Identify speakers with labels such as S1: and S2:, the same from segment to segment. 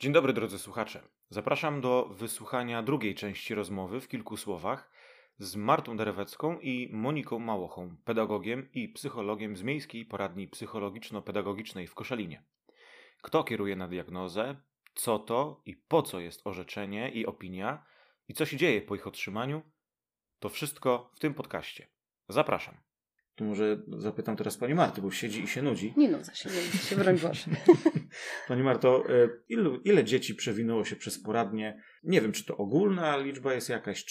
S1: Dzień dobry drodzy słuchacze. Zapraszam do wysłuchania drugiej części rozmowy w kilku słowach z Martą Derewecką i Moniką Małochą, pedagogiem i psychologiem z Miejskiej Poradni Psychologiczno-Pedagogicznej w Koszalinie. Kto kieruje na diagnozę, co to i po co jest orzeczenie i opinia i co się dzieje po ich otrzymaniu, to wszystko w tym podcaście. Zapraszam. To może zapytam teraz Pani Marty, bo siedzi i się nudzi.
S2: Nie nudzę się, broń Boże.
S1: Pani Marto, ile dzieci przewinęło się przez poradnię? Nie wiem, czy to ogólna liczba jest jakaś,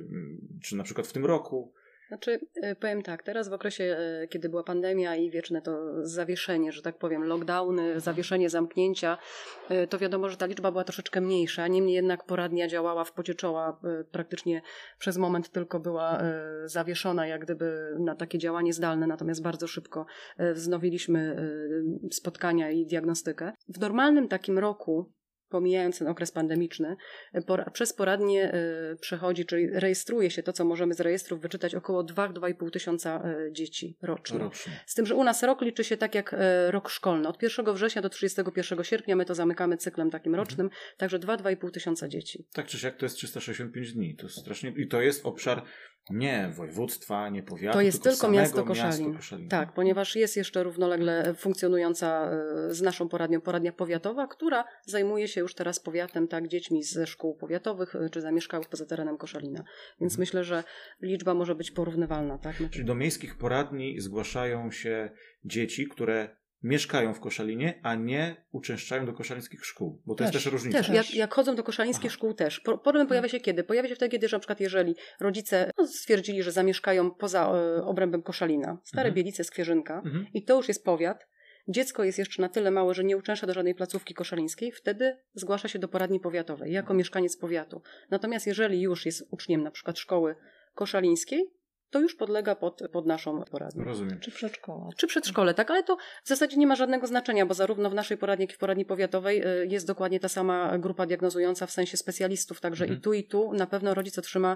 S1: czy na przykład w tym roku?
S2: Znaczy, powiem tak, teraz w okresie, kiedy była pandemia i wieczne to zawieszenie, że tak powiem, lockdowny, zawieszenie, zamknięcia, to wiadomo, że ta liczba była troszeczkę mniejsza. Niemniej jednak poradnia działała w pocie czoła, praktycznie przez moment tylko była zawieszona jak gdyby na takie działanie zdalne, natomiast bardzo szybko wznowiliśmy spotkania i diagnostykę. W normalnym takim roku, pomijając ten okres pandemiczny, przez poradnię przechodzi, czyli rejestruje się to, co możemy z rejestrów wyczytać, około 2-2,5 tysiąca dzieci rocznie. Z tym, że u nas rok liczy się tak jak rok szkolny. Od 1 września do 31 sierpnia my to zamykamy cyklem takim rocznym, także 2-2,5 tysiąca dzieci.
S1: Tak czy siak to jest 365 dni. To strasznie. I to jest obszar nie województwa, nie powiatu,
S2: to jest tylko miasto
S1: Koszalin.
S2: Tak, ponieważ jest jeszcze równolegle funkcjonująca z naszą poradnią poradnia powiatowa, która zajmuje się już teraz powiatem, tak, dziećmi ze szkół powiatowych czy zamieszkałych poza terenem Koszalina. Więc myślę, że liczba może być porównywalna. Tak?
S1: Czyli do miejskich poradni zgłaszają się dzieci, które mieszkają w Koszalinie, a nie uczęszczają do koszalińskich szkół, bo to jest też różnica.
S2: Też, jak chodzą do koszalińskich szkół też. Problem pojawia się kiedy? Pojawia się wtedy, kiedy, że na przykład jeżeli rodzice stwierdzili, że zamieszkają poza obrębem Koszalina, Stare Bielice, Skwierzynka i to już jest powiat, dziecko jest jeszcze na tyle małe, że nie uczęszcza do żadnej placówki koszalińskiej, wtedy zgłasza się do poradni powiatowej jako mieszkaniec powiatu. Natomiast jeżeli już jest uczniem na przykład szkoły koszalińskiej, to już podlega pod naszą poradnię.
S1: Rozumiem.
S2: Czy przedszkola. Czy przedszkole, tak, ale to w zasadzie nie ma żadnego znaczenia, bo zarówno w naszej poradni, jak i w poradni powiatowej jest dokładnie ta sama grupa diagnozująca w sensie specjalistów, także i tu na pewno rodzic otrzyma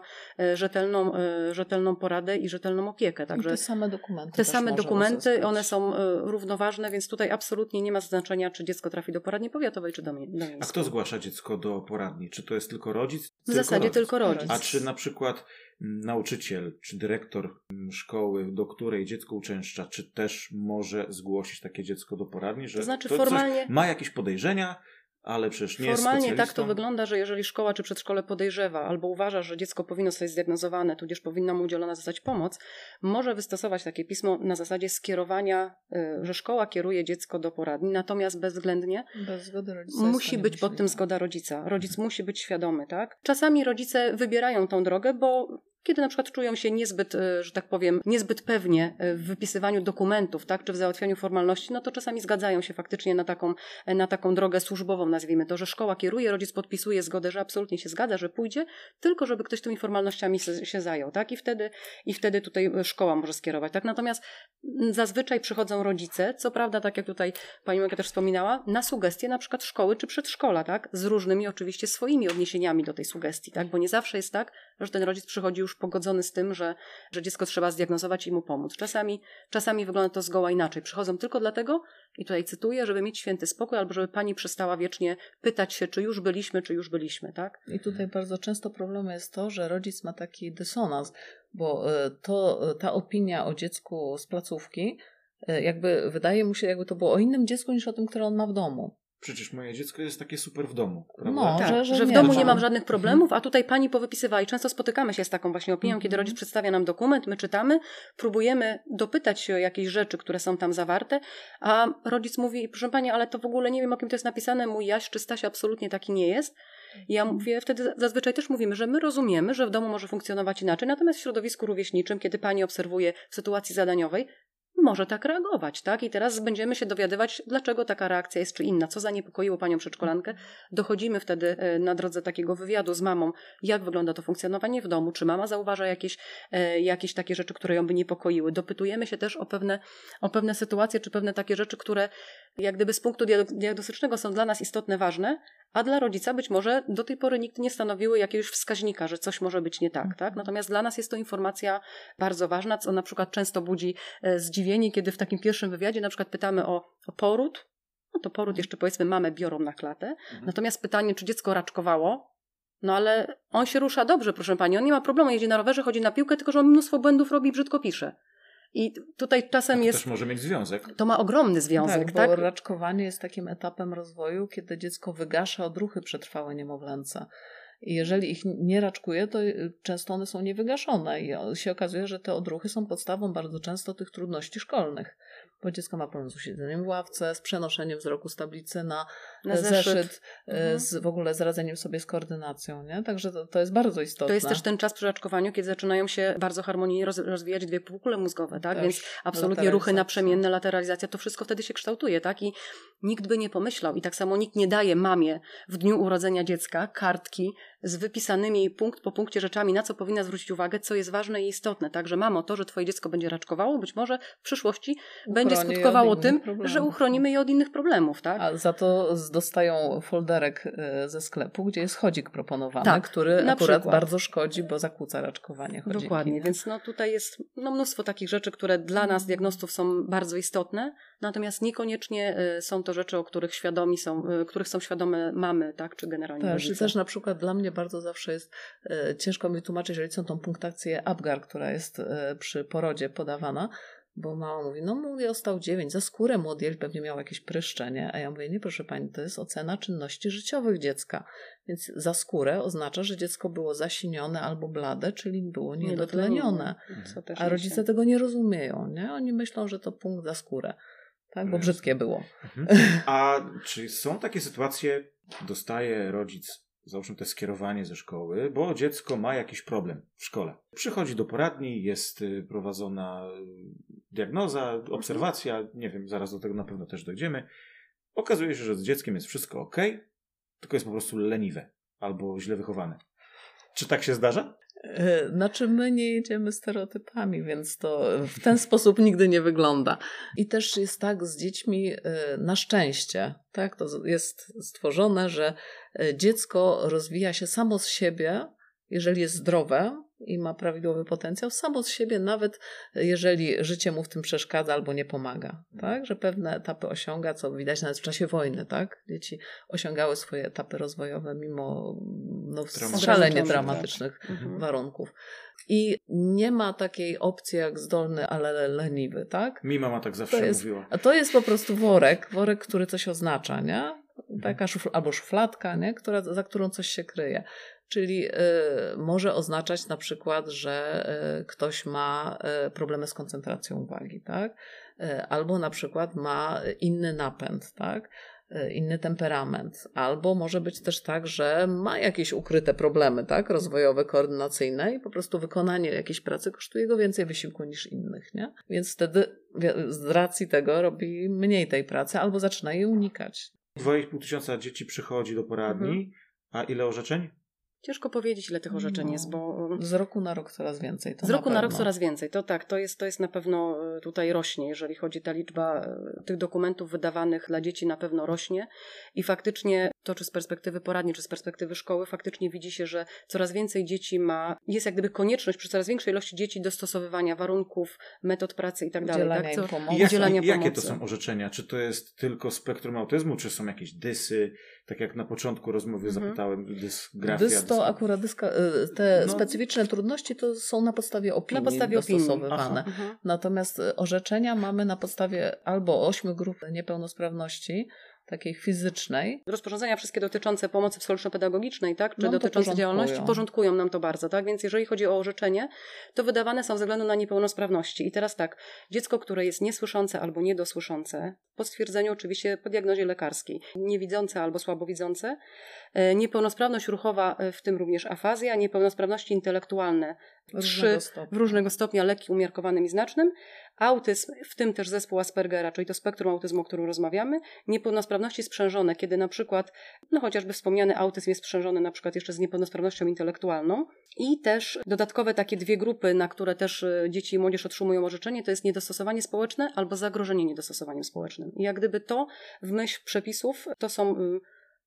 S2: rzetelną poradę i rzetelną opiekę. Także
S3: i te same dokumenty.
S2: Te same dokumenty, one są równoważne, więc tutaj absolutnie nie ma znaczenia, czy dziecko trafi do poradni powiatowej, czy do miejskiej.
S1: A kto zgłasza dziecko do poradni? Czy to jest tylko rodzic?
S2: W zasadzie tylko rodzic.
S1: A czy na przykład nauczyciel czy dyrektor szkoły, do której dziecko uczęszcza, czy też może zgłosić takie dziecko do poradni, że
S2: to znaczy formalnie
S1: ma jakieś podejrzenia, ale przecież nie jest
S2: formalnie tak to wygląda, że jeżeli szkoła czy przedszkole podejrzewa albo uważa, że dziecko powinno zostać zdiagnozowane, tudzież powinna mu udzielona zostać pomoc, może wystosować takie pismo na zasadzie skierowania, że szkoła kieruje dziecko do poradni, natomiast bezwzględnie
S3: bez zgody rodzica
S2: musi być pod tym zgoda rodzica. Rodzic musi być świadomy, tak? Czasami rodzice wybierają tą drogę, bo kiedy na przykład czują się niezbyt, że tak powiem, niezbyt pewnie w wypisywaniu dokumentów, tak, czy w załatwianiu formalności, no to czasami zgadzają się faktycznie na taką drogę służbową, nazwijmy to, że szkoła kieruje, rodzic podpisuje zgodę, że absolutnie się zgadza, że pójdzie, tylko żeby ktoś tymi formalnościami się zajął, tak, i wtedy tutaj szkoła może skierować, tak, natomiast zazwyczaj przychodzą rodzice, co prawda, tak jak tutaj pani Monika też wspominała, na sugestie na przykład szkoły czy przedszkola, tak, z różnymi oczywiście swoimi odniesieniami do tej sugestii, tak, bo nie zawsze jest tak, że ten rodzic przychodzi już pogodzony z tym, że dziecko trzeba zdiagnozować i mu pomóc. Czasami wygląda to zgoła inaczej. Przychodzą tylko dlatego, i tutaj cytuję, żeby mieć święty spokój, albo żeby pani przestała wiecznie pytać się, czy już byliśmy, tak?
S3: I tutaj bardzo często problemem jest to, że rodzic ma taki dysonans, bo ta opinia o dziecku z placówki jakby wydaje mu się, jakby to było o innym dziecku niż o tym, które on ma w domu.
S1: Przecież moje dziecko jest takie super w domu, prawda?
S2: No, tak, że w domu nie mam żadnych problemów, a tutaj pani powypisywała i często spotykamy się z taką właśnie opinią, kiedy rodzic przedstawia nam dokument, my czytamy, próbujemy dopytać się o jakieś rzeczy, które są tam zawarte, a rodzic mówi, proszę pani, ale to w ogóle nie wiem, o kim to jest napisane, mój Jaś czy Stasia absolutnie taki nie jest. I ja mówię, wtedy zazwyczaj też mówimy, że my rozumiemy, że w domu może funkcjonować inaczej, natomiast w środowisku rówieśniczym, kiedy pani obserwuje w sytuacji zadaniowej, może tak reagować, tak? I teraz będziemy się dowiadywać, dlaczego taka reakcja jest czy inna, co zaniepokoiło panią przedszkolankę. Dochodzimy wtedy na drodze takiego wywiadu z mamą, jak wygląda to funkcjonowanie w domu, czy mama zauważa jakieś takie rzeczy, które ją by niepokoiły. Dopytujemy się też o pewne sytuacje, czy pewne takie rzeczy, które jak gdyby z punktu diagnostycznego są dla nas istotne, ważne, a dla rodzica być może do tej pory nigdy nie stanowiły jakiegoś wskaźnika, że coś może być nie tak, tak? Natomiast dla nas jest to informacja bardzo ważna, co na przykład często budzi zdziwienie, kiedy w takim pierwszym wywiadzie na przykład pytamy o poród, no to poród jeszcze powiedzmy mamę biorą na klatę. Natomiast pytanie, czy dziecko raczkowało, no ale on się rusza dobrze, proszę pani, on nie ma problemu, jeździ na rowerze, chodzi na piłkę, tylko że on mnóstwo błędów robi i brzydko pisze. I tutaj czasem
S1: to
S2: jest...
S1: też może mieć związek.
S2: To ma ogromny związek,
S3: tak? Bo
S2: tak?
S3: raczkowanie jest takim etapem rozwoju, kiedy dziecko wygasza odruchy przetrwałe niemowlęce. I jeżeli ich nie raczkuje, to często one są niewygaszone i się okazuje, że te odruchy są podstawą bardzo często tych trudności szkolnych. Bo dziecko ma problem z usiedzeniem w ławce, z przenoszeniem wzroku z tablicy na zeszyt, w ogóle z radzeniem sobie z koordynacją. Nie? Także to jest bardzo istotne.
S2: To jest też ten czas przy raczkowaniu, kiedy zaczynają się bardzo harmonijnie rozwijać dwie półkule mózgowe, tak? Więc absolutnie ruchy naprzemienne, lateralizacja, to wszystko wtedy się kształtuje, tak? I nikt by nie pomyślał i tak samo nikt nie daje mamie w dniu urodzenia dziecka kartki z wypisanymi punkt po punkcie rzeczami, na co powinna zwrócić uwagę, co jest ważne i istotne. Także mamo, to, że twoje dziecko będzie raczkowało, być może w przyszłości będzie skutkowało tym, że uchronimy je od innych problemów, tak?
S3: A za to dostają folderek ze sklepu, gdzie jest chodzik proponowany, który akurat bardzo szkodzi, bo zakłóca raczkowanie chodziki.
S2: Dokładnie, więc tutaj jest mnóstwo takich rzeczy, które dla nas, diagnostów, są bardzo istotne, natomiast niekoniecznie są to rzeczy, o których których są świadome mamy, tak, czy generalnie rodzice.
S3: Też na przykład dla mnie bardzo zawsze jest ciężko mi tłumaczyć rodzicom tą punktację Apgar, która jest przy porodzie podawana, bo mama mówi, mówię, ostał 9, za skórę mu odjęli, pewnie miał jakieś pryszcze, nie? A ja mówię, nie proszę pani, to jest ocena czynności życiowych dziecka. Więc za skórę oznacza, że dziecko było zasinione albo blade, czyli było niedotlenione. A rodzice tego nie rozumieją, nie? Oni myślą, że to punkt za skórę. Tak, bo brzydkie było.
S1: A czy są takie sytuacje, dostaje rodzic, załóżmy to skierowanie ze szkoły, bo dziecko ma jakiś problem w szkole. Przychodzi do poradni, jest prowadzona diagnoza, obserwacja, nie wiem, zaraz do tego na pewno też dojdziemy. Okazuje się, że z dzieckiem jest wszystko ok, tylko jest po prostu leniwe albo źle wychowane. Czy tak się zdarza?
S3: Znaczy my nie jedziemy stereotypami, więc to w ten sposób nigdy nie wygląda. I też jest tak z dziećmi na szczęście, tak? To jest stworzone, że dziecko rozwija się samo z siebie, jeżeli jest zdrowe i ma prawidłowy potencjał, samo z siebie, nawet jeżeli życie mu w tym przeszkadza albo nie pomaga. Tak? Że pewne etapy osiąga, co widać nawet w czasie wojny. Tak? Dzieci osiągały swoje etapy rozwojowe mimo szalenie dramatycznych warunków. I nie ma takiej opcji jak zdolny, ale leniwy. Tak?
S1: Mi mama tak zawsze mówiła.
S3: A to jest po prostu worek, który coś oznacza, nie? Taka albo szufladka, nie? Za którą coś się kryje. Czyli może oznaczać na przykład, że ktoś ma problemy z koncentracją uwagi, tak? Albo na przykład ma inny napęd, tak? Inny temperament. Albo może być też tak, że ma jakieś ukryte problemy, tak? Rozwojowe, koordynacyjne i po prostu wykonanie jakiejś pracy kosztuje go więcej wysiłku niż innych, nie? Więc wtedy z racji tego robi mniej tej pracy albo zaczyna jej unikać.
S1: 2,5 tysiąca dzieci przychodzi do poradni, a ile orzeczeń?
S2: Ciężko powiedzieć, ile tych orzeczeń jest, bo...
S3: Z roku na rok coraz więcej.
S2: Z roku na rok coraz więcej. To tak, to jest na pewno tutaj rośnie, jeżeli chodzi ta liczba tych dokumentów wydawanych dla dzieci na pewno rośnie i faktycznie to czy z perspektywy poradni, czy z perspektywy szkoły faktycznie widzi się, że coraz więcej dzieci jest jak gdyby konieczność przy coraz większej ilości dzieci dostosowywania warunków, metod pracy i tak dalej.
S1: Udzielania pomocy. Jakie to są orzeczenia? Czy to jest tylko spektrum autyzmu, czy są jakieś dysy? Tak jak na początku rozmowy zapytałem, dysgrafia.
S3: To akurat te specyficzne trudności to są na podstawie opinii dostosowywane. Natomiast orzeczenia mamy na podstawie albo 8 grup niepełnosprawności, takiej fizycznej.
S2: Rozporządzenia wszystkie dotyczące pomocy psychologiczno-pedagogicznej, tak? Czy dotyczące działalności, porządkują nam to bardzo, tak? Więc jeżeli chodzi o orzeczenie, to wydawane są ze względu na niepełnosprawności. I teraz tak, dziecko, które jest niesłyszące albo niedosłyszące, po stwierdzeniu oczywiście po diagnozie lekarskiej, niewidzące albo słabowidzące, niepełnosprawność ruchowa, w tym również afazja, niepełnosprawności intelektualne, 3 w różnego stopnia, lekkim, umiarkowanym i znacznym, autyzm, w tym też zespół Aspergera, czyli to spektrum autyzmu, o którym rozmawiamy, niepełnosprawności sprzężone, kiedy na przykład, chociażby wspomniany autyzm jest sprzężony na przykład jeszcze z niepełnosprawnością intelektualną i też dodatkowe takie 2 grupy, na które też dzieci i młodzież otrzymują orzeczenie, to jest niedostosowanie społeczne albo zagrożenie niedostosowaniem społecznym. I jak gdyby to w myśl przepisów to są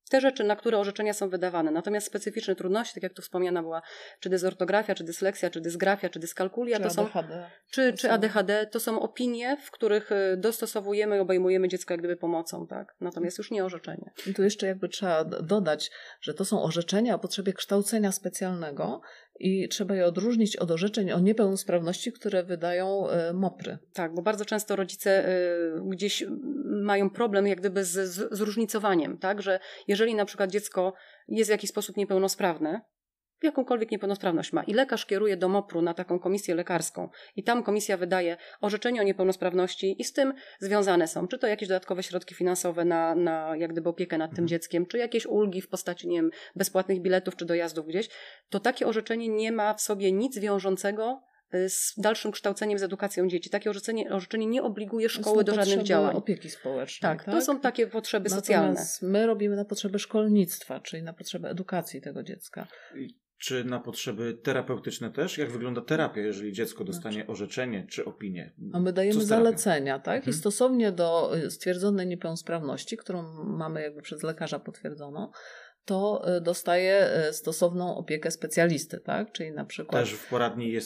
S2: Te rzeczy, na które orzeczenia są wydawane. Natomiast specyficzne trudności, tak jak tu wspomniana była, czy dezortografia, czy dysleksja, czy dysgrafia, czy dyskalkulia, to są czy ADHD, to są opinie, w których dostosowujemy i obejmujemy dziecko jak gdyby pomocą, tak? Natomiast już nie orzeczenie.
S3: I tu jeszcze jakby trzeba dodać, że to są orzeczenia o potrzebie kształcenia specjalnego i trzeba je odróżnić od orzeczeń o niepełnosprawności, które wydają MOPR-y.
S2: Tak, bo bardzo często rodzice gdzieś mają problem jak gdyby z zróżnicowaniem, tak? Że jeżeli na przykład dziecko jest w jakiś sposób niepełnosprawne, jakąkolwiek niepełnosprawność ma i lekarz kieruje do MOPR-u na taką komisję lekarską i tam komisja wydaje orzeczenie o niepełnosprawności i z tym związane są, czy to jakieś dodatkowe środki finansowe na jak gdyby opiekę nad tym dzieckiem, czy jakieś ulgi w postaci, nie wiem, bezpłatnych biletów, czy dojazdów gdzieś, to takie orzeczenie nie ma w sobie nic wiążącego z dalszym kształceniem, z edukacją dzieci. Takie orzeczenie nie obliguje szkoły do żadnych działań.
S3: Opieki społecznej.
S2: Tak, to są takie potrzeby socjalne.
S3: Natomiast my robimy na potrzeby szkolnictwa, czyli na potrzeby edukacji tego dziecka.
S1: Czy na potrzeby terapeutyczne też? Jak wygląda terapia, jeżeli dziecko dostanie orzeczenie czy opinię?
S3: A my dajemy zalecenia, tak? I stosownie do stwierdzonej niepełnosprawności, którą mamy jakby przez lekarza potwierdzoną, to dostaje stosowną opiekę specjalisty, tak? Czyli na przykład...
S1: Też w poradni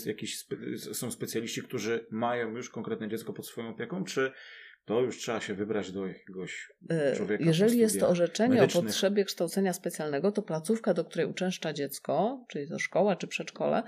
S1: są specjaliści, którzy mają już konkretne dziecko pod swoją opieką, czy to już trzeba się wybrać do jakiegoś człowieka?
S3: Jeżeli jest to orzeczenie o potrzebie kształcenia specjalnego, to placówka, do której uczęszcza dziecko, czyli to szkoła czy przedszkole,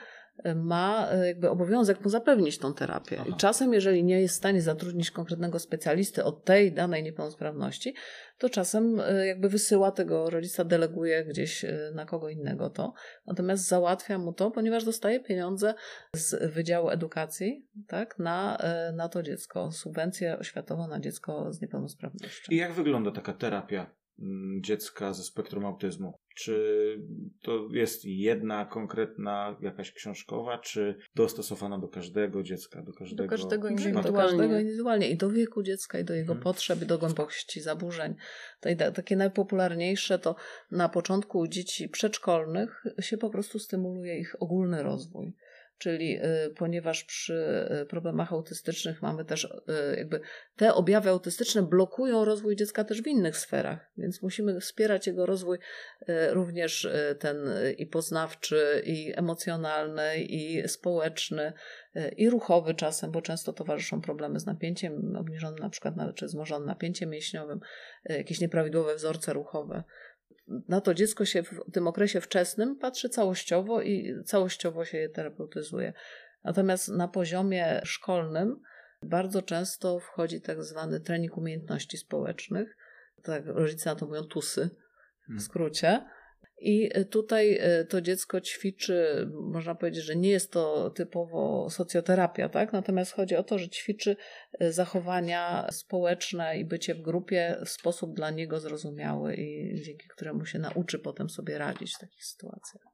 S3: ma jakby obowiązek mu zapewnić tą terapię. I czasem, jeżeli nie jest w stanie zatrudnić konkretnego specjalisty od tej danej niepełnosprawności, to czasem jakby wysyła tego rodzica, deleguje gdzieś na kogo innego to. Natomiast załatwia mu to, ponieważ dostaje pieniądze z Wydziału Edukacji, tak, na to dziecko, subwencję oświatową na dziecko z niepełnosprawnością.
S1: I jak wygląda taka terapia dziecka ze spektrum autyzmu? Czy to jest jedna konkretna jakaś książkowa, czy dostosowana do każdego dziecka, do każdego
S3: indywidualnie i do wieku dziecka, i do jego potrzeb, i do głębokości zaburzeń. Takie najpopularniejsze to na początku u dzieci przedszkolnych się po prostu stymuluje ich ogólny rozwój. Czyli ponieważ przy problemach autystycznych mamy też jakby te objawy autystyczne blokują rozwój dziecka też w innych sferach, więc musimy wspierać jego rozwój również ten i poznawczy, i emocjonalny, i społeczny, i ruchowy czasem, bo często towarzyszą problemy z napięciem obniżonym na przykład, czy wzmożonym napięciem mięśniowym, jakieś nieprawidłowe wzorce ruchowe. Na to dziecko się w tym okresie wczesnym patrzy całościowo i całościowo się je terapeutyzuje. Natomiast na poziomie szkolnym bardzo często wchodzi tak zwany trening umiejętności społecznych. Tak rodzice na to mówią TUSy w skrócie. I tutaj to dziecko ćwiczy, można powiedzieć, że nie jest to typowo socjoterapia, tak? Natomiast chodzi o to, że ćwiczy zachowania społeczne i bycie w grupie w sposób dla niego zrozumiały i dzięki któremu się nauczy potem sobie radzić w takich sytuacjach.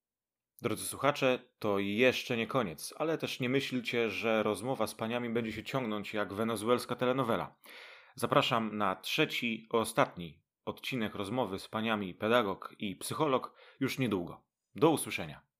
S1: Drodzy słuchacze, to jeszcze nie koniec, ale też nie myślcie, że rozmowa z paniami będzie się ciągnąć jak wenezuelska telenowela. Zapraszam na trzeci, ostatni odcinek rozmowy z paniami pedagog i psycholog już niedługo. Do usłyszenia.